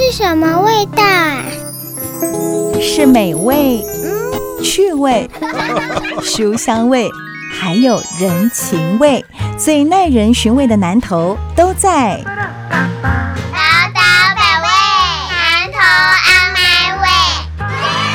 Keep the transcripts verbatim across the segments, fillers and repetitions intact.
是什么味道啊？ 是美味、嗯、趣味、书香味，还有人情味，最耐人寻味的南投都在宝岛百味，南投 on my way。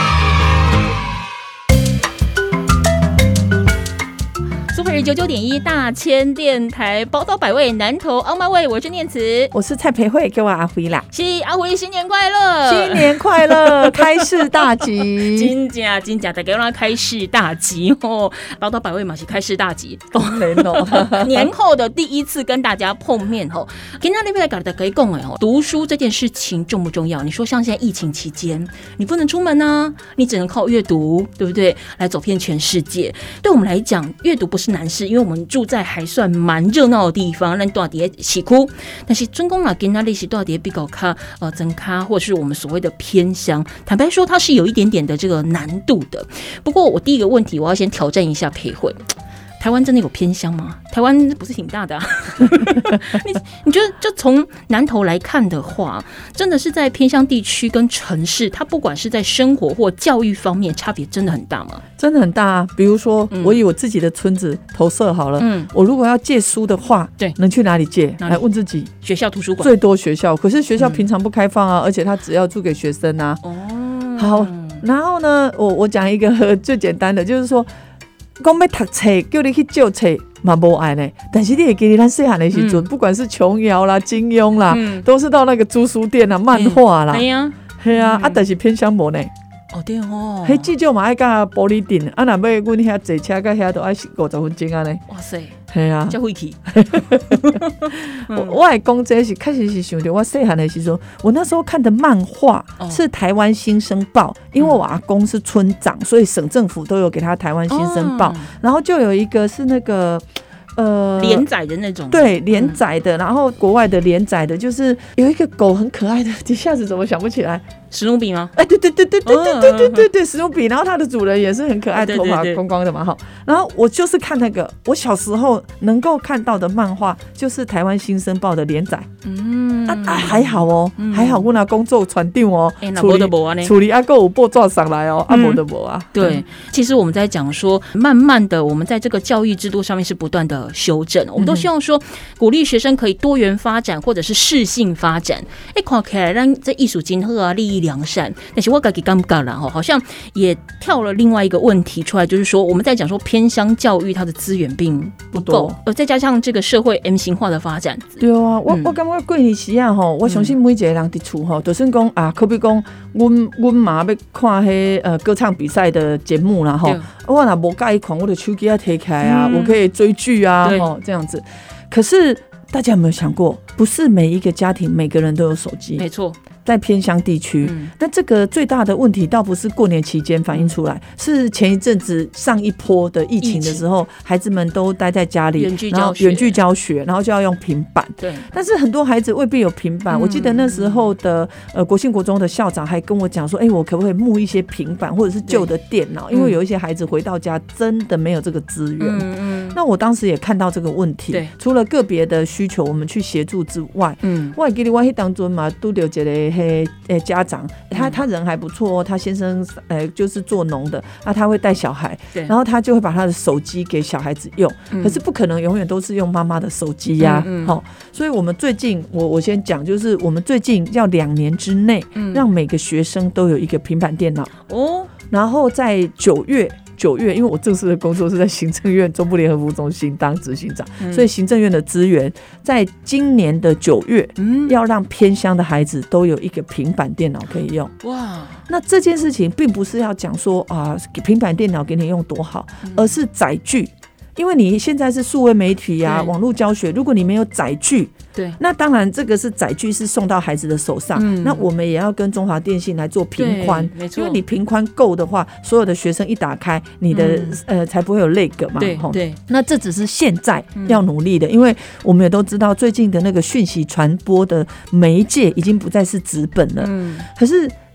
Super 九九点一大千电台，宝岛百味，南投 on my way， 我是念慈， 我是蔡培慧，给我阿辉啦。 是阿辉，新年快乐！ 新年快乐，开市大吉！ 真假真假，大家让开市大吉哦！宝岛百味嘛是开市大吉， 哦， 年后的第一次跟大家碰面哦。今天那边来跟大家讲哎哦，读书这件事情重不重要？你说像现在疫情期间，你不能出门啊，你只能靠阅读，对不对？来走遍全世界。对我们来讲，阅读不是难事，因为我们住在还算蛮热闹的地方，咱大碟喜哭。但是中公啦，跟那类型大碟比较卡呃增咖，或是我们所谓的偏乡，坦白说，它是有一点点的这个难度的。不过，我第一个问题，我要先挑战一下培慧。台湾真的有偏乡吗？台湾不是挺大的啊？你你觉得就从南投来看的话，真的是在偏乡地区跟城市，它不管是在生活或教育方面，差别真的很大吗？ 真的很大啊！比如说，嗯、我以我自己的村子投射好了，嗯，我如果要借书的话，对，能去哪里借？来问自己， 学校图书馆最多学校，可是学校平常不开放啊，嗯、而且它只要租给学生啊。哦，好，然后呢，我我讲一个最简单的，就是说。讲要读册，叫你去借册嘛无爱呢。但是你会记得咱细汉的时阵，嗯、不管是琼瑶啦、金庸啦，嗯、都是到那个租书店啊、漫画啦， 对呀， 系啊，啊，但是偏乡无呢。 哦对哦， 迄至少嘛爱甲玻璃顶，啊，若要阮遐坐车甲遐都爱五十分钟安尼。 哇塞！ 系啊， 真费气。 我我会讲这是，确实是想到我细汉的时候，我那时候看的漫画是《台湾新生报》，因为我阿公是村长，所以省政府都有给他《台湾新生报》，然后就有一个是那个。 呃，连载的那种， 对，连载的，然后国外的连载的，就是有一个狗很可爱的，一下子怎么想不起来？ 史努比吗？ 哎，对对对对对对对对对对，史努比，然后它的主人也是很可爱，头发光光的嘛，哈。然后我就是看那个，我小时候能够看到的漫画，就是台湾新生报的连载。嗯，啊啊，还好哦，嗯、还好我拿工作传递哦， 欸、 处理处理阿哥有报纸上来哦，阿无的无啊。 对，其实我们在讲说，慢慢的，我们在这个教育制度上面是不断的修正，我们都希望说，鼓励学生可以多元发展，或者是适性发展。哎、欸，看起来咱这艺术今后啊，利益良善，但是我自己感觉啦，好像也跳了另外一个问题出来，就是说我们在讲说偏乡教育它的资源并不够，呃，再加上这个社会 M 型化的发展。 对啊，我、嗯、我感觉过年时啊吼，我相信每一个人伫厝吼，就算讲啊，可比讲，阮阮妈要看迄呃歌唱比赛的节目啦吼，我若无介意看，我就手机啊摕起来啊，嗯、我可以追剧啊吼这样子。可是大家有没有想过，不是每一个家庭每个人都有手机？ 没错。 在偏乡地区，嗯、那这个最大的问题倒不是过年期间反映出来，是前一阵子上一波的疫情的时候，孩子们都待在家里，然后远距教学，然后就要用平板。对，但是很多孩子未必有平板。嗯、我记得那时候的呃国信国中的校长还跟我讲说，哎、欸，我可不可以募一些平板或者是旧的电脑？因为有一些孩子回到家真的没有这个资源。嗯嗯。那我当时也看到这个问题，除了个别的需求我们去协助之外，嗯，我还记得我那当中嘛，拄到一个。嘿，欸，家长他他人还不错哦，他先生呃就是做农的，那他会带小孩，然后他就会把他的手机给小孩子用，嗯、可是不可能永远都是用妈妈的手机呀，啊，嗯嗯喔，所以我们最近我我先讲，就是我们最近要两年之内，嗯、让每个学生都有一个平板电脑哦，然后在九月。九月，因为我正式的工作是在行政院中部联合服务中心当执行长，嗯、所以行政院的资源在今年的九月，嗯、要让偏乡的孩子都有一个平板电脑可以用。哇！那这件事情并不是要讲说啊，平板电脑给你用多好，嗯、而是载具。因为你现在是数位媒体啊，网络教学，如果你没有载具，对，那当然这个是载具是送到孩子的手上，嗯、那我们也要跟中华电信来做频宽，因为你频宽够的话，所有的学生一打开，你的、嗯、呃才不会有 lag 嘛，对对。那这只是现在要努力的，因为我们也都知道最近的那个讯息传播的媒介已经不再是纸本了，嗯、可是。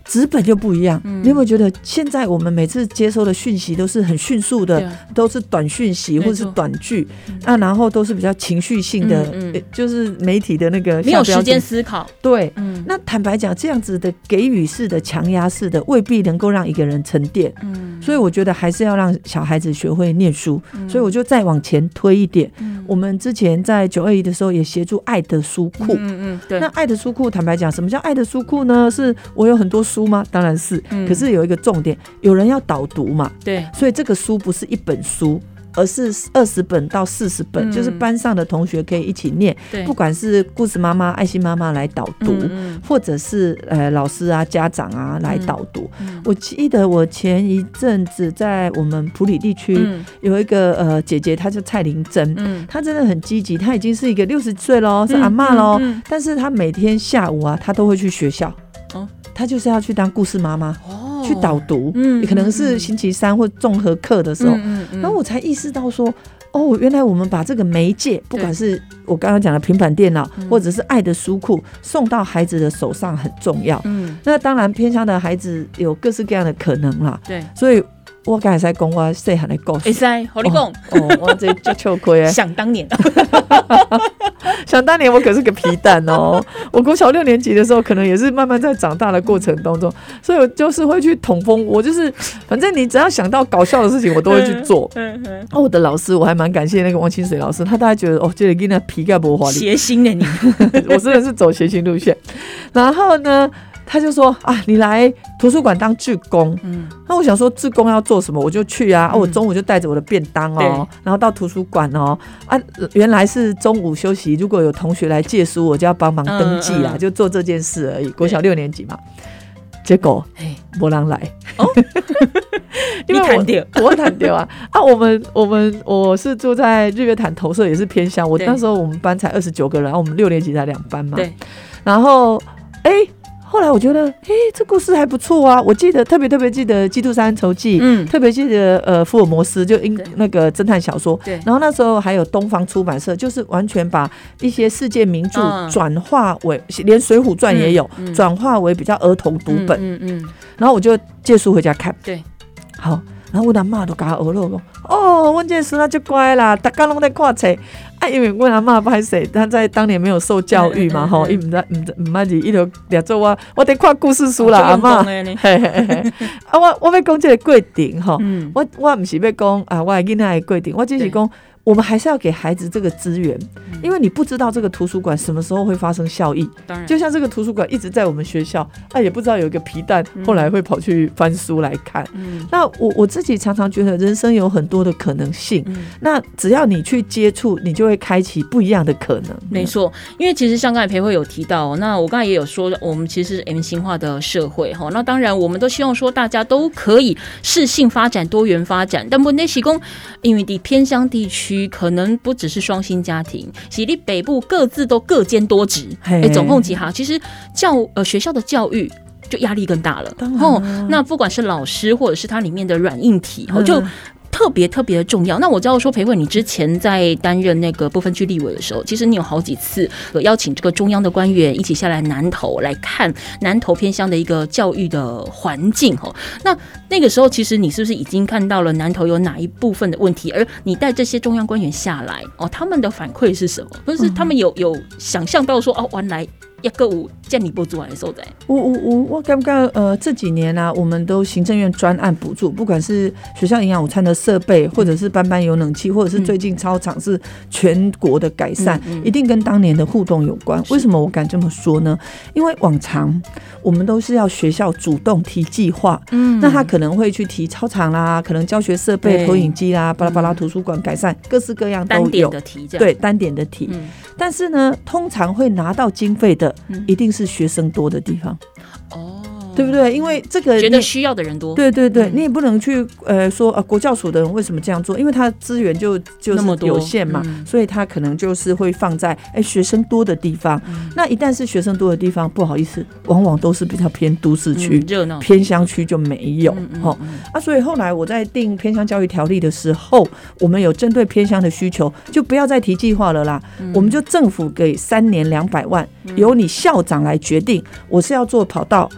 纸本就不一样、嗯、你有没有觉得现在我们每次接收的讯息都是很迅速的、啊、都是短讯息或者是短句、嗯啊、然后都是比较情绪性的、嗯嗯、就是媒体的那个没有时间思考。 对、嗯、那坦白讲这样子的给予式的强压式的未必能够让一个人沉淀、嗯、所以我觉得还是要让小孩子学会念书、嗯、所以我就再往前推一点、嗯、我们之前在九二一的时候也协助爱的书库、嗯嗯对，那爱的书库坦白讲什么叫爱的书库呢？是我有很多书吗？当然是、嗯、可是有一个重点，有人要导读嘛， 对， 所以这个书不是一本书，而是二十本到四十本、嗯、就是班上的同学可以一起念，不管是故事妈妈爱心妈妈来导读、嗯、或者是、呃、老师啊家长啊来导读、嗯、我记得我前一阵子在我们埔里地区、嗯、有一个、呃、姐姐，她叫蔡玲珍、嗯、她真的很积极，她已经是一个六十岁咯，是阿嬷咯、嗯嗯嗯、但是她每天下午啊她都会去学校、哦、她就是要去当故事妈妈、哦、去导读、嗯、可能是星期三或综合课的时候、嗯嗯嗯、然后我才意识到说哦，原来我们把这个媒介，不管是我刚刚讲的平板电脑，或者是爱的书库，送到孩子的手上很重要。嗯，那当然偏乡的孩子有各式各样的可能啦。对，所以我刚才在讲我细汉的故事。 会使，和你讲。 哦，我这就糗亏啊！ 想当年， 想当年我可是个皮蛋哦。我国小六年级的时候，可能也是慢慢在长大的过程当中，所以我就是会去统风。我就是反正你只要想到搞笑的事情，我都会去做。嗯嗯。哦，我的老师我还蛮感谢那个王清水老师，他大概觉得哦，这个囡仔皮盖不华丽， 谐星的你， 我真的是走谐星路线。然后呢？他就说啊，你来图书馆当志工，嗯，那我想说志工要做什么，我就去啊，嗯、啊我中午就带着我的便当哦，然后到图书馆哦，啊，原来是中午休息，如果有同学来借书，我就要帮忙登记啦，嗯嗯、就做这件事而已。国小六年级嘛，结果没人来，哦，因为我我弹掉啊啊，我们我们我是住在日月潭投射，也是偏乡，我那时候我们班才二十九个人，然后我们六年级才两班嘛，对，然后哎。欸后来我觉得，哎，这故事还不错啊！我记得特别特别记得《基督山恩仇记》，嗯，特别记得呃福尔摩斯，就因那个侦探小说。对。然后那时候还有东方出版社，就是完全把一些世界名著转化为，嗯、连《水浒传》也有，嗯嗯、转化为比较儿童读本。嗯 嗯, 嗯。然后我就借书回家看。对。好，然后我阿嬷都甲我学了讲，哦，我这个孙仔就乖啦，大家拢在看册。啊，因为我阿嬷歹势，她在当年没有受教育嘛，吼、嗯，伊唔知唔唔捌字，伊就掠做我，我得看故事书啦，阿嬷。嘿嘿嘿，啊，我我要讲这个过程吼，嗯、我我唔是要讲啊，我的囡仔的过程，我只是讲。我们还是要给孩子这个资源，因为你不知道这个图书馆什么时候会发生效益。当然，就像这个图书馆一直在我们学校，啊，也不知道有一个皮蛋后来会跑去翻书来看。嗯、那我我自己常常觉得人生有很多的可能性，嗯、那只要你去接触，你就会开启不一样的可能。 没错，因为其实像刚才培慧有提到，那我刚才也有说，我们其实是 M 型化的社会哈。那当然，我们都希望说大家都可以适性发展、多元发展，但问题是说，因为你偏乡地区。可能不只是双薪家庭，其实北部各自都各兼多职，哎、欸，总共几行，其实教呃学校的教育就压力更大了。哦，那不管是老师或者是它里面的软硬体，嗯、就。特别特别的重要。那我知道说培慧，你之前在担任那个不分区立委的时候，其实你有好几次有邀请这个中央的官员一起下来南投来看南投偏乡的一个教育的环境哦。那那个时候，其实你是不是已经看到了南投有哪一部分的问题？而你带这些中央官员下来哦，他们的反馈是什么？就是他们有有想象到说哦，原来。一个有建立不足来的所在， 我我我我感觉呃这几年啊，我们都行政院专案补助，不管是学校营养午餐的设备，或者是班班有冷气，或者是最近操场是全国的改善，嗯嗯、一定跟当年的互动有关。为什么我敢这么说呢？因为往常我们都是要学校主动提计划，嗯，那他可能会去提操场啦，可能教学设备、投影机啦、巴拉巴拉图书馆改善，各式各样都有。 单点的提， 对，单点的提。嗯、但是呢，通常会拿到经费的。一定是学生多的地方哦，对不对？因为这个觉得需要的人多， 对对对，嗯、你也不能去呃说啊，国教署的人为什么这样做？因为他资源就就是有限嘛，嗯、所以他可能就是会放在哎学生多的地方。嗯、那一旦是学生多的地方，不好意思，往往都是比较偏都市区、热闹、嗯、偏乡区就没有。嗯嗯嗯、啊，所以后来我在定偏乡教育条例的时候，我们有针对偏乡的需求，就不要再提计划了啦。嗯、我们就政府给三年两百万，由你校长来决定，我是要做跑道，我是要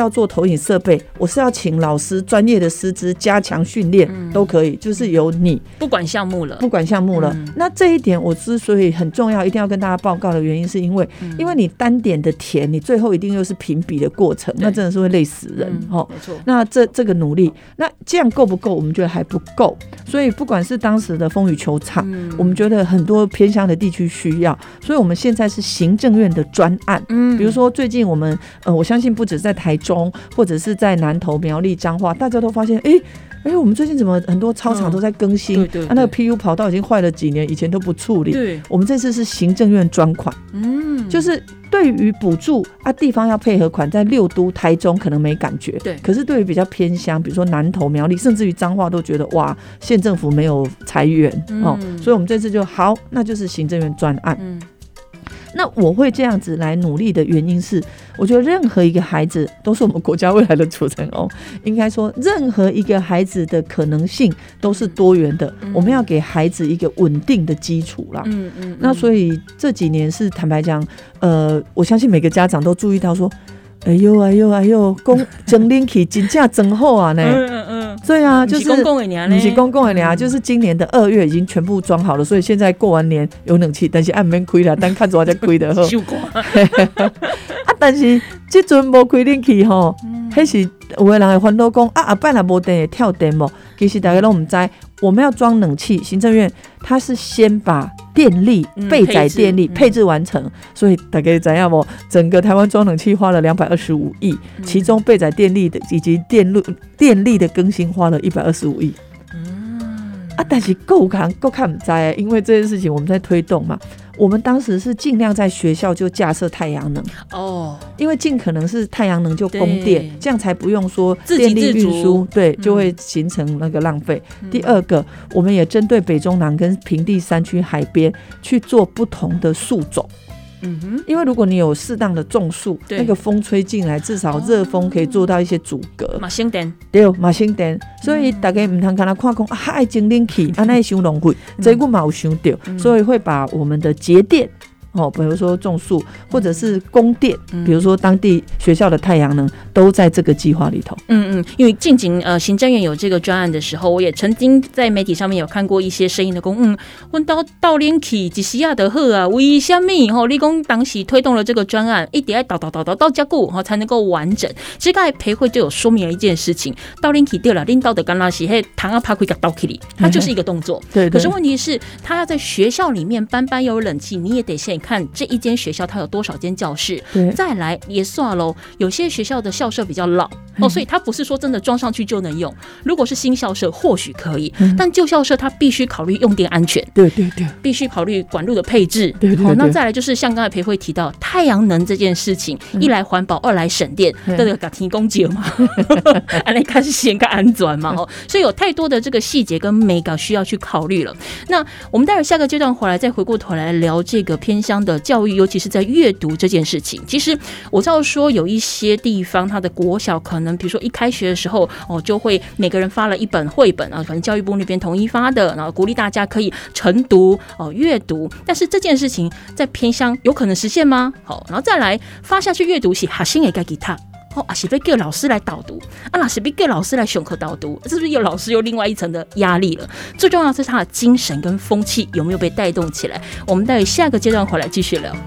要做投影设备，我是要请老师专业的师资加强训练、嗯、都可以，就是由你不管项目了， 不管项目了、嗯。那这一点我之所以很重要，一定要跟大家报告的原因，是因为、嗯、因为你单点的填，你最后一定又是评比的过程，那真的是会累死人、嗯哦、没错。那这这个努力，那这样够不够？我们觉得还不够，所以不管是当时的风雨球场、嗯，我们觉得很多偏乡的地区需要，所以我们现在是行政院的专案，嗯，比如说最近我们呃，我相信不止在台中，或者是在南投、苗栗、彰化，大家都发现，哎、欸。哎，我们最近怎么很多操场都在更新？嗯、对对对啊，那个 P U 跑道已经坏了几年，以前都不处理。对，我们这次是行政院专款，嗯，就是对于补助啊，地方要配合款，在六都、台中可能没感觉，对。可是对于比较偏乡，比如说南投、苗栗，甚至于彰化，都觉得哇，县政府没有裁员、嗯、哦，所以我们这次就好，那就是行政院专案。嗯。那我会这样子来努力的原因是，我觉得任何一个孩子都是我们国家未来的主人翁，应该说任何一个孩子的可能性都是多元的，嗯、我们要给孩子一个稳定的基础啦。嗯嗯嗯。那所以这几年是坦白讲，呃，我相信每个家长都注意到说，哎呦哎呦哎呦，公整领起真正真好啊呢。嗯嗯嗯。对啊，就是公共的年， 不是公共的年、嗯，就是今年的二月已经全部装好了，所以现在过完年有冷气，但是按免开啦，但看着我才开的好。啊，但是这阵无开冷气吼，迄、嗯、是有的人会烦恼讲啊，后摆若无电会跳电无？其实大家都唔知，我们要装冷气，行政院它是先把电力备载电力、嗯、配置, 配置完成、嗯，所以大家知道不？整个台湾装冷气花了两百二十五亿，其中备载电力的以及电路电力的更新花了一百二十五亿。嗯啊，但是够看够看不在，因为这件事情我们在推动嘛。我们当时是尽量在学校就架设太阳能哦，因为尽可能是太阳能就供电，这样才不用说电力运输，对，就会形成那个浪费、嗯。第二个，我们也针对北中南跟平地山区海边去做不同的树种。嗯哼，因为如果你有适当的种树，那个风吹进来，至少热风可以做到一些阻隔。 嘛省电， 对，嘛省电，所以大家唔通干那看讲啊，爱整冷气，啊那伤浪费，这个嘛有想到，所以会把我们的节电。哦，比如说种树，或者是供电、嗯，比如说当地学校的太阳能，都在这个计划里头。嗯嗯，因为近景呃行政院有这个专案的时候，我也曾经在媒体上面有看过一些声音的讲，嗯，我到到冷气一时啊就好啊，为什么？吼，你讲当时推动了这个专案，一直要导导导导到加固，哈才能够完整。其实刚才培慧就有说明了一件事情，到冷气对了，领导的干那是嘿糖啊拍开个倒起里，它就是一个动作。对, 对。可是问题是，他要在学校里面班班有冷气，你也得先看这一间学校它有多少间教室，再来也算咯。有些学校的校舍比较老、嗯、哦，所以它不是说真的装上去就能用。如果是新校舍或许可以、嗯，但旧校舍它必须考虑用电安全，对对对，必须考虑管路的配置，对对对。哦，那再来就是像刚才培慧提到太阳能这件事情，嗯、一来环保，二来省电，这个给提供解嘛，安来看是先个安全嘛，哦，所以有太多的这个细节跟美感需要去考虑了。那我们待会下个阶段回来再回过头来聊这个偏乡的教育，尤其是在阅读这件事情。其实我知道说有一些地方它的国小可能比如说一开学的时候哦，就会每个人发了一本绘本啊，可能教育部那边统一发的，然后鼓励大家可以晨读哦阅读。但是这件事情在偏乡有可能实现吗？好，然后再来发下去阅读是学生会自己读。哦，啊是要叫老师来导读，啊那是要叫老师来上课导读，是不是有老师有另外一层的压力了？最重要的是他的精神跟风气有没有被带动起来？我们待会下个阶段回来继续聊。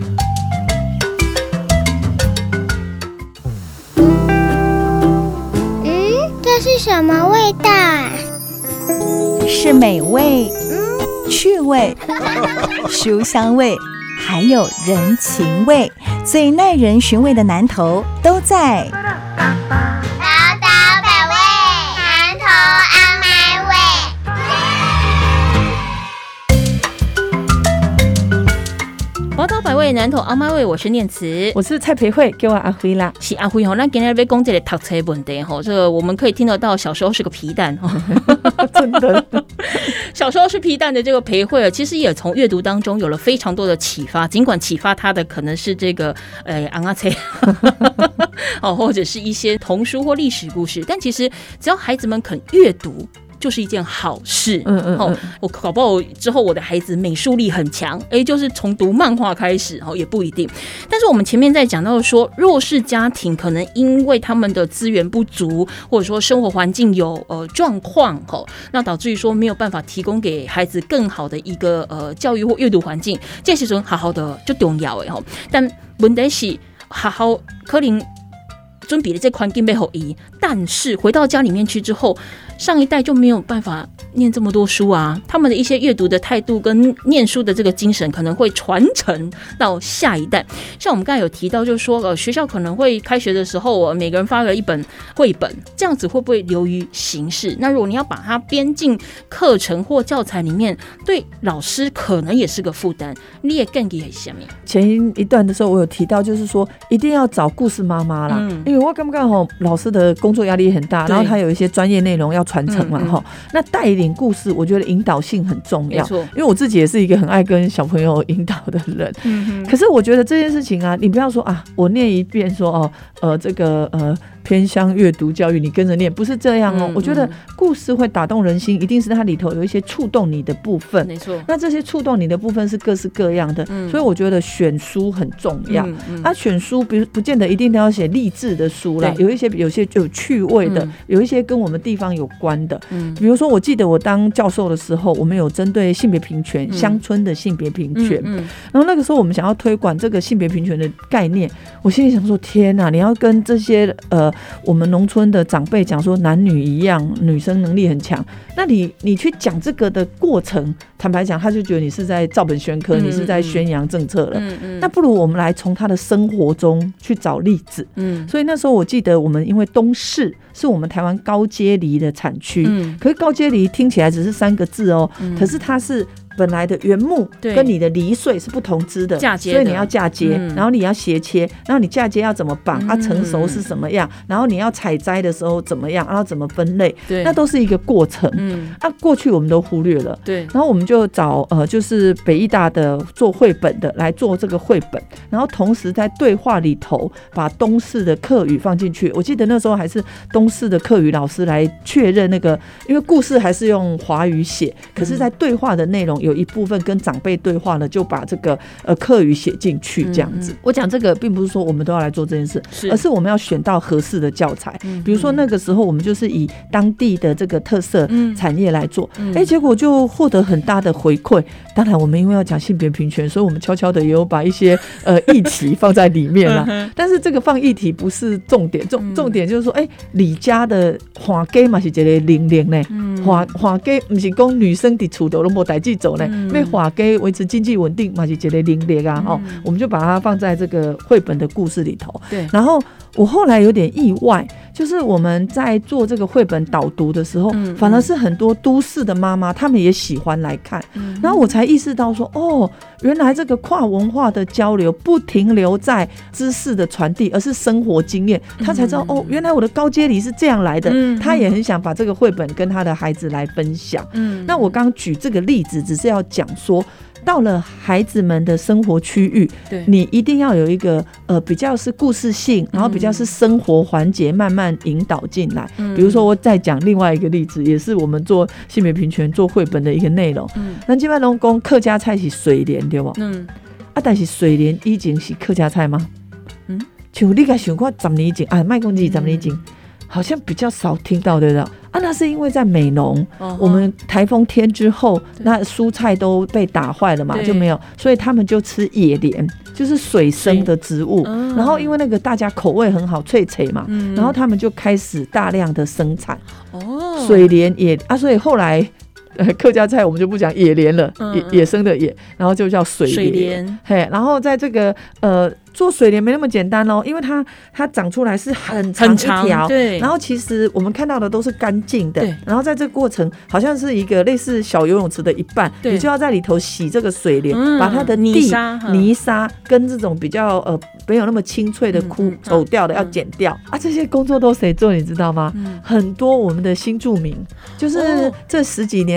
嗯，这是什么味道啊？ 是美味、嗯、趣味、书香味，还有人情味，最耐人寻味的南投都在宝岛百味，南投阿麦味。宝岛百味，南投阿麦味，我是念慈， 我是蔡培慧，给我阿辉啦。 是阿辉吼，咱今天要讲这个读册问题吼，这个我们可以听得到，小时候是个皮蛋吼， 真的。 小时候是皮蛋的这个培慧，其实也从阅读当中有了非常多的启发。尽管启发他的可能是这个呃昂阿切，哦，或者是一些童书或历史故事，但其实只要孩子们肯阅读， 就是一件好事。 嗯嗯嗯， 我搞不好之后我的孩子美术力很强，哎，就是从读漫画开始，也不一定。但是我们前面在讲到说，弱势家庭可能因为他们的资源不足，或者说生活环境有呃状况，那导致于说没有办法提供给孩子更好的一个呃教育或阅读环境，这时候好好的就重要的。但问题是好好可能准备的这环境被后移，但是回到家里面去之后，上一代就没有办法念这么多书啊，他们的一些阅读的态度跟念书的这个精神可能会传承到下一代。像我们刚才有提到，就是说呃，学校可能会开学的时候，呃、每个人发了一本绘本，这样子会不会流于形式？那如果你要把它编进课程或教材里面，对老师可能也是个负担。你也更给下面前一段的时候，我有提到，就是说一定要找故事妈妈啦，嗯、因为我刚刚好老师的工作压力很大，然后他有一些专业内容要传承嘛，哈、嗯嗯，那带领故事，我觉得引导性很重要，因为我自己也是一个很爱跟小朋友引导的人，嗯，可是我觉得这件事情啊，你不要说啊，我念一遍说哦，呃，这个呃。偏乡阅读教育，你跟着念，不是这样哦。嗯嗯、我觉得故事会打动人心，一定是它里头有一些触动你的部分。 没错， 那这些触动你的部分是各式各样的，嗯、所以我觉得选书很重要。嗯嗯、啊，选书不不见得一定都要写励志的书啦，有一些有些有趣味的，嗯、有一些跟我们地方有关的。嗯、比如说，我记得我当教授的时候，我们有针对性别平权，嗯、乡村的性别平权。嗯嗯、然后那个时候我们想要推广这个性别平权的概念，我心里想说：天哪，你要跟这些呃。我们农村的长辈讲说男女一样，女生能力很强，那你你去讲这个的过程，坦白讲他就觉得你是在照本宣科，嗯、你是在宣扬政策了，嗯嗯、那不如我们来从他的生活中去找例子，嗯、所以那时候我记得我们因为东势是我们台湾高阶梨的产区，嗯、可是高阶梨听起来只是三个字哦，嗯、可是它是本来的原木跟你的梨穗是不同枝的， 嫁接的， 所以你要嫁接，嗯、然后你要斜切，然后你嫁接要怎么绑，嗯、啊成熟是什么样，然后你要采摘的时候怎么样，然后怎么分类，那都是一个过程。嗯，啊过去我们都忽略了，对，然后我们就找呃就是北艺大的做绘本的来做这个绘本，然后同时在对话里头把东势的客语放进去。我记得那时候还是东势的客语老师来确认那个，因为故事还是用华语写，可是在对话的内容有一部分跟长辈对话呢，就把这个呃客语写进去，这样子。嗯嗯、我讲这个并不是说我们都要来做这件事，是而是我们要选到合适的教材。嗯嗯、比如说那个时候我们就是以当地的这个特色产业来做，哎、嗯嗯欸，结果就获得很大的回馈。当然，我们因为要讲性别平权，所以我们悄悄的也有把一些呃议题放在里面啦。但是这个放议题不是重点，重重点就是说，哎、欸，李家的花街嘛是一个零零呢，花花街不是讲女生伫厝头都没代志做。因为花街维持经济稳定嘛，是觉得零零啊、嗯、我们就把它放在这个绘本的故事里头。对，然后我后来有点意外，就是我们在做这个绘本导读的时候，嗯、反而是很多都市的妈妈，她们也喜欢来看。嗯、然后我才意识到说，哦，原来这个跨文化的交流不停留在知识的传递，而是生活经验。她才知道，哦，原来我的高阶里是这样来的。嗯、她也很想把这个绘本跟她的孩子来分享。嗯、那我刚举这个例子，只是要讲说，到了孩子们的生活区域，你一定要有一个呃比较是故事性，然后比较是生活环节慢慢引导进来。嗯、比如说我再讲另外一个例子，也是我们做性别平权做绘本的一个内容。咱现在都说客家菜是水莲，对不？嗯，啊，但是水莲以前是客家菜吗？嗯，像你敢想看十年前啊，卖讲二十年前。好像比较少听到，对不对？啊，那是因为在美浓，哦、我们台风天之后，那蔬菜都被打坏了嘛，就没有，所以他们就吃野莲，就是水生的植物。嗯、然后因为那个大家口味很好，脆脆嘛，嗯、然后他们就开始大量的生产。哦，水莲野啊，所以后来。呃，客家菜我们就不讲野莲了，嗯、野野生的野，然后就叫水莲。水莲，嘿，然后在这个呃。做水莲没那么简单哦，因为它它长出来是很长一条，对。然后其实我们看到的都是干净的，对。然后在这个过程，好像是一个类似小游泳池的一半，你就要在里头洗这个水莲，嗯、把它的地泥沙、泥沙跟这种比较呃没有那么清脆的枯走掉的、嗯、要剪掉、嗯、啊。这些工作都谁做你知道吗？嗯、很多我们的新住民，就是这十几年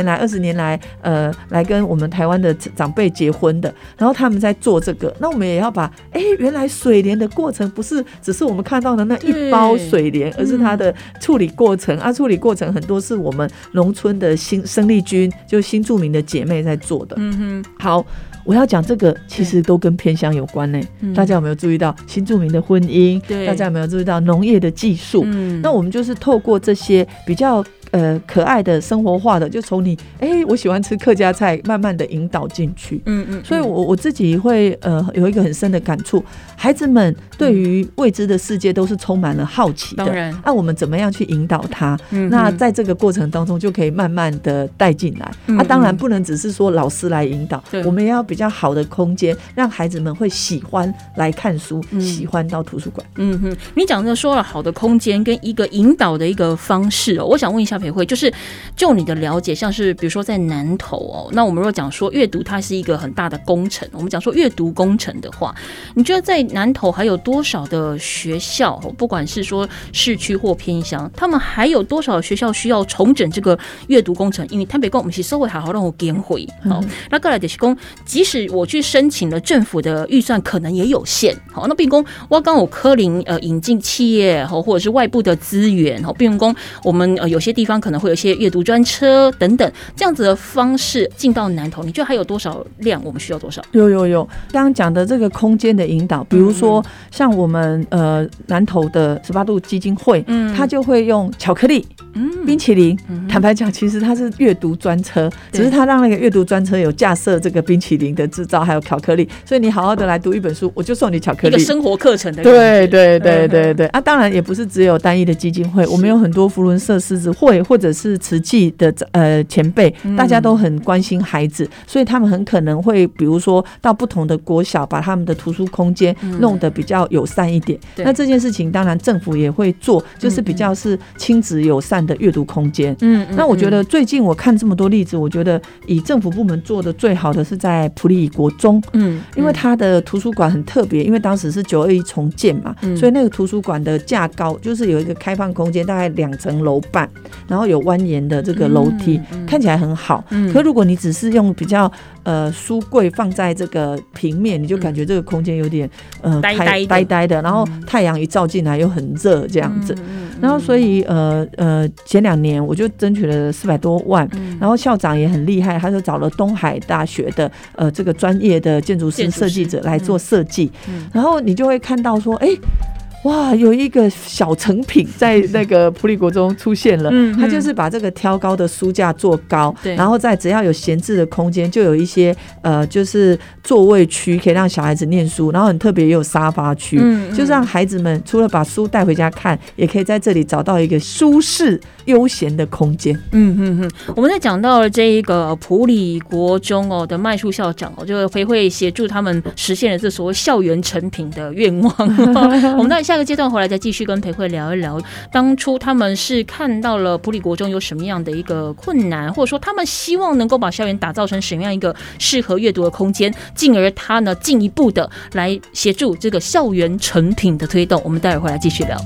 来、二十年来，呃，来跟我们台湾的长辈结婚的，然后他们在做这个，那我们也要把，哎，原来水莲的过程不是只是我们看到的那一包水莲，而是它的处理过程、嗯、啊，处理过程很多是我们农村的新生力军，就新住民的姐妹在做的。嗯哼，好。我要讲这个，其实都跟偏乡有关呢、欸。大家有没有注意到新住民的婚姻？大家有没有注意到农业的技术？嗯、那我们就是透过这些比较呃可爱的生活化的，就从你哎、欸、我喜欢吃客家菜，慢慢的引导进去。嗯嗯。所以我我自己会呃有一个很深的感触，孩子们对于未知的世界都是充满了好奇的。当然，那、啊、我们怎么样去引导他？嗯、那在这个过程当中，就可以慢慢的带进来。嗯、啊，当然不能只是说老师来引导，我们也要比较好的空间，让孩子们会喜欢来看书，嗯、喜欢到图书馆。 嗯哼，你讲的说了好的空间跟一个引导的一个方式哦，我想问一下培慧，就是就你的了解，像是比如说在南投哦，那我们如果讲说阅读它是一个很大的工程，我们讲说阅读工程的话，你觉得在南投还有多少的学校，不管是说市区或偏乡，他们还有多少学校需要重整这个阅读工程？因为台北讲我们是社会好好让我减毁，好，那再来就是讲，即使我去申请了政府的预算，可能也有限。好，那比如说我刚有科林呃引进企业或者是外部的资源，比如说我们呃有些地方可能会有一些阅读专车等等这样子的方式进到南投，你觉得还有多少量？我们需要多少？ 有有有，刚刚讲的这个空间的引导，比如说像我们呃南投的十八度基金会，嗯，它就会用巧克力、嗯、冰淇淋。嗯、坦白讲，其实它是阅读专车，只是它让那个阅读专车有架设这个冰淇淋的制造，还有巧克力，所以你好好的来读一本书，我就送你巧克力， 一个生活课程的感觉。 对对对对对、嗯、啊，当然也不是只有单一的基金会，我们有很多扶轮社、狮子会或者是慈济的呃前辈，大家都很关心孩子，所以他们很可能会比如说到不同的国小，把他们的图书空间弄得比较友善一点。嗯、那这件事情当然政府也会做，就是比较是亲子友善的阅读空间。嗯，那我觉得最近我看这么多例子，我觉得以政府部门做的最好的是在埔里国中，嗯，因为它的图书馆很特别，因为当时是九二一重建嘛，嗯、所以那个图书馆的架高就是有一个开放空间，大概两层楼半，然后有蜿蜒的这个楼梯，嗯嗯、看起来很好。嗯、可如果你只是用比较呃书柜放在这个平面，你就感觉这个空间有点呃呆呆的呆呆的，然后太阳一照进来又很热这样子。嗯、然后所以呃呃前两年我就争取了四百多万，嗯、然后校长也很厉害，他就找了东海大学的呃这个专业的建筑师设计者来做设计，嗯嗯、然后你就会看到说，哎。哇，有一个小成品在那个埔里国中出现了，嗯、他就是把这个挑高的书架做高，然后再只要有闲置的空间，就有一些呃，就是座位区可以让小孩子念书，然后很特别也有沙发区，嗯、就是让孩子们除了把书带回家看，也可以在这里找到一个舒适悠闲的空间。 嗯嗯嗯，我们在讲到了这一个埔里国中哦的麦树校长哦，就培慧协助他们实现了这所谓校园成品的愿望。我们在下个阶段回来再继续跟培慧聊一聊，当初他们是看到了埔里国中有什么样的一个困难，或者说他们希望能够把校园打造成什么样一个适合阅读的空间，进而他呢进一步的来协助这个校园成品的推动。我们待会回来继续聊。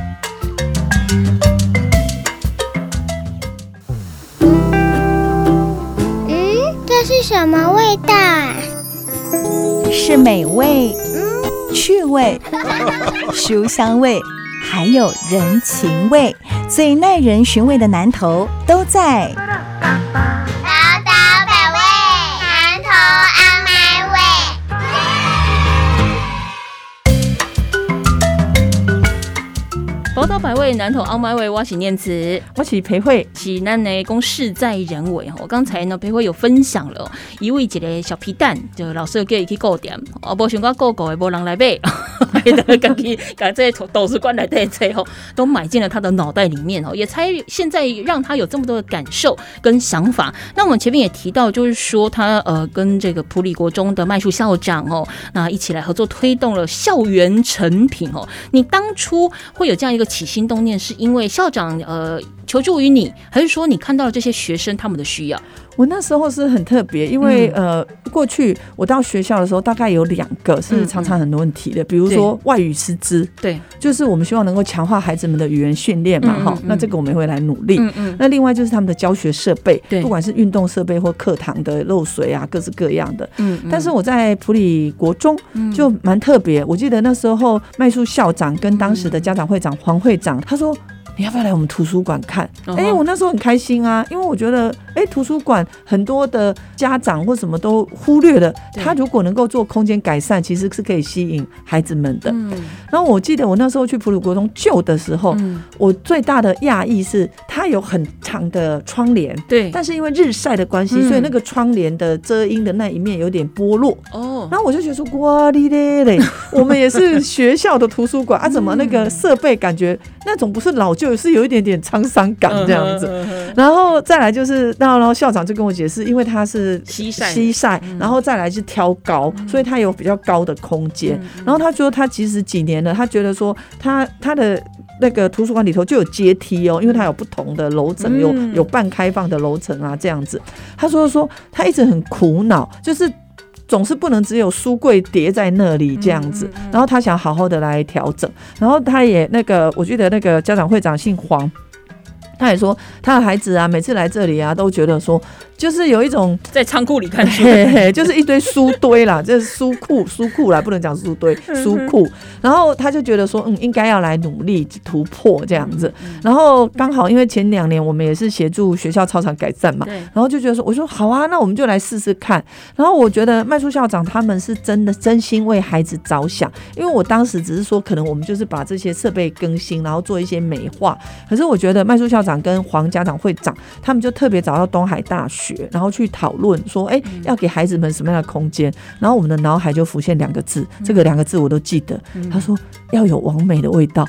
嗯，这是什么味道啊？ 是美味、嗯、趣味、书香味，还有人情味，最耐人寻味的南投都在宝岛百味，南投阿麦味。 宝岛百味，南投阿麦味，我是念慈， 我是培慧， 是咱的讲事在人为。我刚才呢，培慧有分享了一位一个小皮蛋，就老师叫伊去顾店，啊，无想到顾顾的无人来买，自己把这图书馆来的册吼，都买进了他的脑袋里面哦，也才现在让他有这么多的感受跟想法。那我们前面也提到，就是说他呃跟这个埔里国中的麦树校长哦，那一起来合作推动了校园成品哦。你当初会有这样一个起心动念，是因为校长呃求助于你，还是说你看到了这些学生他们的需要？ 我那时候是很特别，因为、嗯、呃，过去我到学校的时候，大概有两个是常常很多问题的，嗯嗯、比如说外语师资， 对， 就是我们希望能够强化孩子们的语言训练嘛，哈、嗯嗯，那这个我们也会来努力。嗯嗯，那另外就是他们的教学设备，对，不管是运动设备或课堂的漏水啊，各式各样的。嗯, 嗯，但是我在普里国中就蛮特别，我记得那时候麦树校长跟当时的家长会长黄会长，他说，你要不要来我们图书馆看？哎、uh-huh. 欸，我那时候很开心啊，因为我觉得，哎、欸，图书馆很多的家长或什么都忽略了，他如果能够做空间改善，其实是可以吸引孩子们的。嗯、然后我记得我那时候去普里国中旧的时候，嗯、我最大的讶异是，它有很长的窗帘，对，但是因为日晒的关系、嗯，所以那个窗帘的遮阴的那一面有点剥落。哦，然后我就觉得说，哇哩嘞嘞，我们也是学校的图书馆啊，怎么那个设备感觉那种不是老旧？就是有一点点沧桑感这样子，然后再来就是，然后校长就跟我解释，因为他是西晒，西晒，然后再来是挑高，所以他有比较高的空间。然后他说他其实几年了，他觉得说他他的那个图书馆里头就有阶梯哦，因为他有不同的楼层，有有半开放的楼层啊这样子。他说说他一直很苦恼，就是总是不能只有书柜叠在那里这样子，然后他想好好的来调整，然后他也那个，我记得那个家长会长姓黄，他也说他的孩子啊，每次来这里啊，都觉得说，就是有一种在仓库里看书， 嘿嘿，就是一堆书堆啦，这是书库，书库啦，不能讲书堆，书库。然后他就觉得说，嗯，应该要来努力突破这样子。然后刚好因为前两年我们也是协助学校操场改善嘛，然后就觉得说，我说好啊，那我们就来试试看。然后我觉得麦树校长他们是真的真心为孩子着想，因为我当时只是说，可能我们就是把这些设备更新，然后做一些美化。可是我觉得麦树校长跟黄家长会长他们就特别找到东海大学，然后去讨论说，哎、欸，要给孩子们什么样的空间？然后我们的脑海就浮现两个字，这个两个字我都记得。他说要有网美的味道。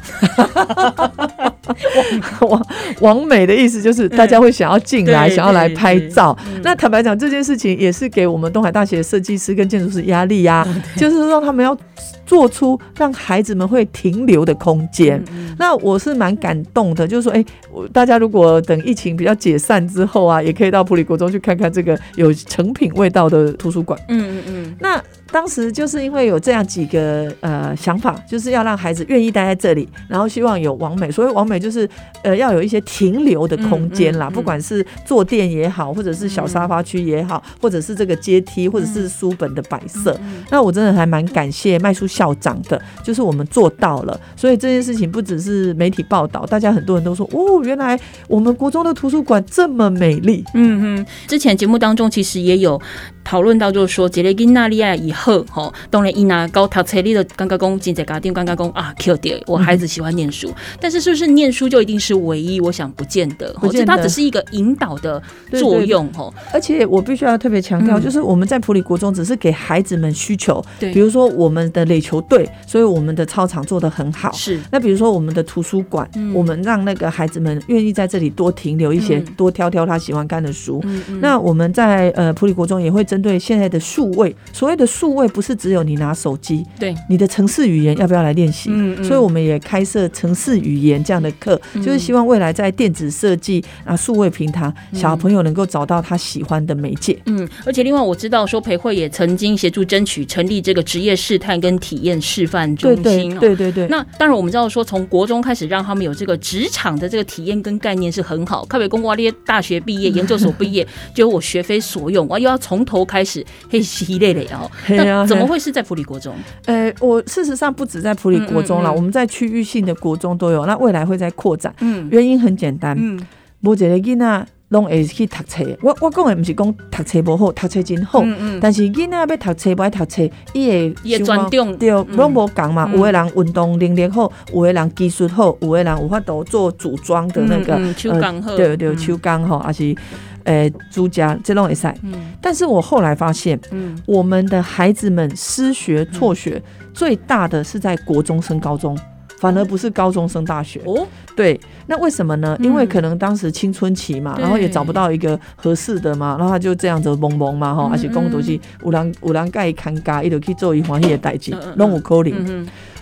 网网美的意思就是大家会想要进来，想要来拍照。那坦白讲，这件事情也是给我们东海大学的设计师跟建筑师压力啊，就是让他们要做出让孩子们会停留的空间。那我是蛮感动的，就是说，哎、欸，大家如果等疫情比较解散之后啊，也可以到普里国中去看看这个有成品味道的图书馆。嗯嗯嗯。那当时就是因为有这样几个呃想法，就是要让孩子愿意待在这里，然后希望有网美。所谓网美就是呃要有一些停留的空间啦、嗯嗯嗯，不管是坐垫也好，或者是小沙发区也好，或者是这个阶梯，或者是书本的摆设、嗯嗯。那我真的还蛮感谢麦树校长的，就是我们做到了。所以这件事情不只是媒体报道，大家很多人都说，哦，原来我们国中的图书馆这么美丽。嗯嗯，之前节目当中其实也有讨论到，就是说，一个囡仔恋爱以后，吼，当然伊拿高读册，你就刚刚讲，真侪家长刚刚讲啊 ，Q 掉，我孩子喜欢念书、嗯，但是是不是念书就一定是唯一？我想不见得，不见得，它只是一个引导的作用，吼。 而且我必须要特别强调、嗯，就是我们在普里国中只是给孩子们需求，对，比如说我们的垒球队，所以我们的操场做得很好，是。那比如说我们的图书馆、嗯，我们让那个孩子们愿意在这里多停留一些，嗯、多挑挑他喜欢看的书。嗯嗯、那我们在呃普里国中也会针对现在的数位，所谓的数位不是只有你拿手机，对，你的程式语言要不要来练习？嗯嗯，所以我们也开设程式语言这样的课、嗯，就是希望未来在电子设计啊、数位平台，小朋友能够找到他喜欢的媒介。 嗯，而且另外我知道说培慧也曾经协助争取成立这个职业试探跟体验示范中心。对对对对对。那当然我们知道说从国中开始让他们有这个职场的这个体验跟概念是很好。靠北公哇，那些大学毕业、研究所毕业，就我学非所用，我又要从头开始，嘿，稀累累哦。那怎么会是在普里国中？ 呃，我事实上不止在普里国中啦、嗯嗯嗯，我们在区域性的国中都有，那未来会再扩展。嗯，原因很简单，嗯，无一个囡仔拢会去读册。我我讲的不是讲读册不好，读册真好，嗯嗯，但是囡仔要读册不爱读册，伊会伊专长对，拢无共嘛。有的人运动能力好，有的人技术好，有的人有法度做组装的那个、嗯嗯、手工好，对对，手工好，还是。呃，朱家这种也赛、嗯，但是我后来发现，嗯，我们的孩子们失学辍学、嗯、最大的是在国中升高中，反而不是高中升大学。哦，对，那为什么呢？因为可能当时青春期嘛，嗯、然后也找不到一个合适的嘛，然后他就这样子懵懵嘛，哈、嗯，而且讲都是有人有人甲伊看家，伊就去做伊欢喜的代志，拢有可能。嗯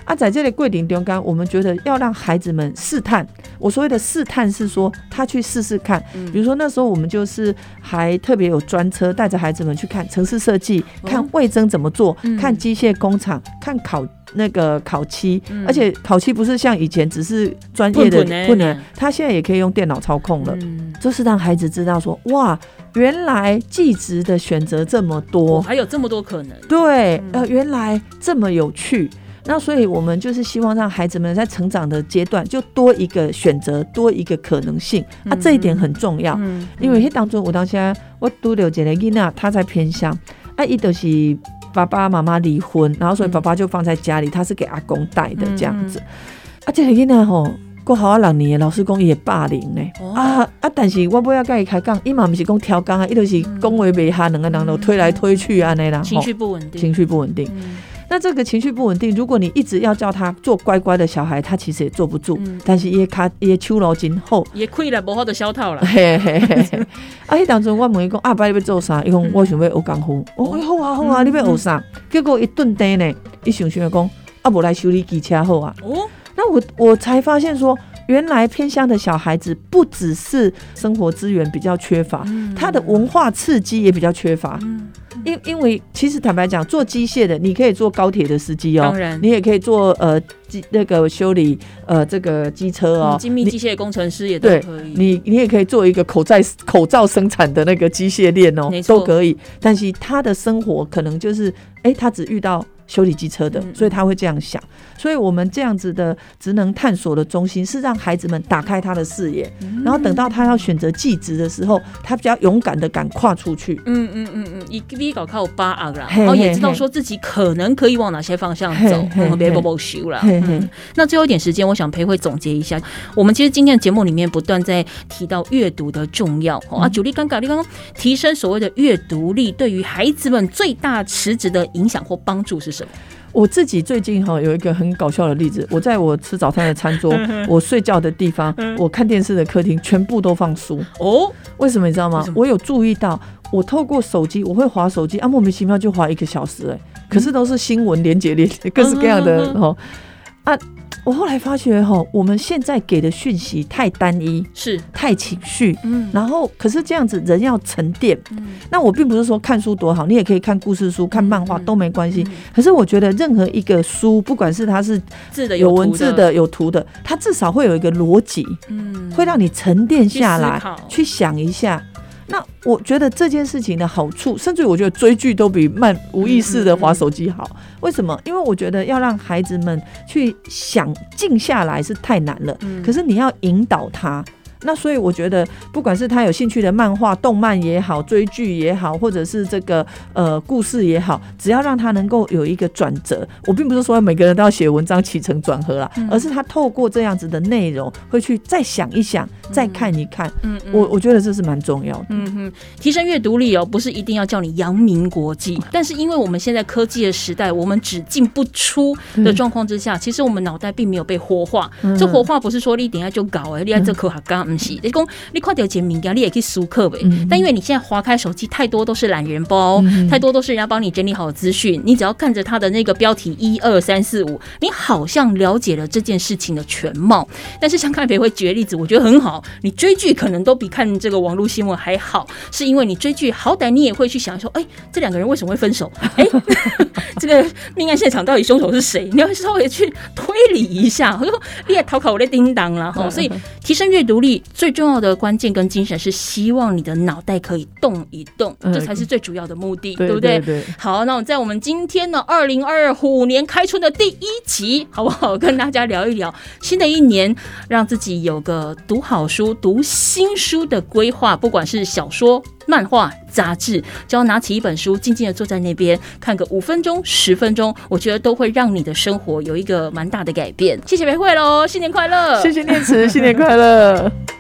啊，在这个过程中间，我们觉得要让孩子们试探。我所谓的试探是说，他去试试看。嗯、比如说那时候我们就是还特别有专车带着孩子们去看城市设计，哦、看味噌怎么做，嗯、看机械工厂，看烤那个烤漆，嗯、而且烤漆不是像以前只是专业的不能，他现在也可以用电脑操控了。嗯、就是让孩子知道说，哇，原来技职的选择这么多， 哦，还有这么多可能。 对，嗯、呃，原来这么有趣。那所以我们就是希望让孩子们在成长的阶段就多一个选择，多一个可能性，嗯、啊，这一点很重要。嗯、因为当中我当下我拄到一个囡仔，他在偏乡，啊，伊就是爸爸妈妈离婚，然后所以爸爸就放在家里，他是给阿公带的这样子。嗯、啊，这个囡仔吼。过好啊六年的老师讲伊会霸凌呢，哦、啊啊！但是我尾仔甲伊开讲，伊嘛不是讲挑工啊，伊就是讲话袂合，两个人都推来推去安尼啦， 情绪不稳定， 情绪不稳定。嗯、那这个情绪不稳定，如果你一直要叫他做乖乖的小孩，他其实也坐不住。嗯、但是伊卡伊手路真好， 也亏了无好的消套了。 嘿嘿嘿。啊，迄当中我问伊讲，阿爸你要做啥？伊讲我想要学功夫。我讲好啊好啊，你要学啥？结果一顿地呢，伊想想讲，啊无来修理机车好啊。哦。那我我才发现说，原来偏乡的小孩子不只是生活资源比较缺乏，嗯、他的文化刺激也比较缺乏。嗯、因因为其实坦白讲，做机械的你可以做高铁的司机哦， 当然你也可以做呃那个修理呃这个机车哦， 嗯、精密机械工程师也都可以。 你你也可以做一个口罩口罩生产的那个机械链哦，都可以。但是他的生活可能就是哎，他只遇到修理机车的，所以他会这样想。所以我们这样子的职能探索的中心是让孩子们打开他的视野，嗯、然后等到他要选择技职的时候，他比较勇敢的敢跨出去。 嗯嗯嗯嗯，一比搞靠八啊啦，然后也知道说自己可能可以往哪些方向走，别不不修啦。那最后一点时间，我想培慧总结一下，我们其实今天的节目里面不断在提到阅读的重要。嗯、啊，九力刚刚你刚刚提升所谓的阅读力，对于孩子们最大实质的影响或帮助是什么？ 我自己最近哈有一个很搞笑的例子，我在我吃早餐的餐桌，我睡觉的地方，我看电视的客厅，全部都放书。哦，为什么你知道吗？我有注意到，我透过手机，我会滑手机啊，莫名其妙就滑一个小时哎，可是都是新闻连结连结，各式各样的哦啊。我后来发觉哈，我们现在给的讯息太单一， 是太情绪，嗯，然后可是这样子人要沉淀，嗯，那我并不是说看书多好，你也可以看故事书、看漫画、嗯、都没关系。嗯、可是我觉得任何一个书，不管是它是字的、 有文字的、有图的，它至少会有一个逻辑，嗯，会让你沉淀下来，去想一下。那我觉得这件事情的好处，甚至我觉得追剧都比慢无意识的滑手机好。为什么？因为我觉得要让孩子们去想静下来是太难了，可是你要引导他。那所以我觉得，不管是他有兴趣的漫画、动漫也好，追剧也好，或者是这个呃故事也好，只要让他能够有一个转折，我并不是说每个人都要写文章起承转合啦，嗯、而是他透过这样子的内容，会去再想一想，再看一看。嗯嗯、我我觉得这是蛮重要的。 嗯哼，提升阅读力哦，不是一定要叫你扬名国际，但是因为我们现在科技的时代，我们只进不出的状况之下，嗯、其实我们脑袋并没有被活化。嗯、这活化不是说你等一下就搞哎，你在这科学刚。不是，你讲你看到一个物件，你也可以思考呗。嗯、但因为你现在滑开手机，太多都是懒人包，嗯、太多都是人家帮你整理好的资讯，你只要看着它的那个标题一二三四五，你好像了解了这件事情的全貌。但是像看培慧举的例子，我觉得很好。你追剧可能都比看这个网络新闻还好，是因为你追剧，好歹你也会去想说，哎、欸，这两个人为什么会分手？哎、欸，这个命案现场到底凶手是谁？你要稍微去推理一下。我说你也讨考我的叮当啦，所以提升阅读力。最重要的关键跟精神是希望你的脑袋可以动一动，这才是最主要的目的，嗯、对不对？对对对。好，那我在我们今天呢，二零二二虎年开春的第一集，好不好？跟大家聊一聊新的一年，让自己有个读好书、读新书的规划，不管是小说、漫画、杂志，只要拿起一本书，静静的坐在那边看个五分钟、十分钟，我觉得都会让你的生活有一个蛮大的改变。谢谢培慧喽，新年快乐！ 谢谢念慈，新年快乐！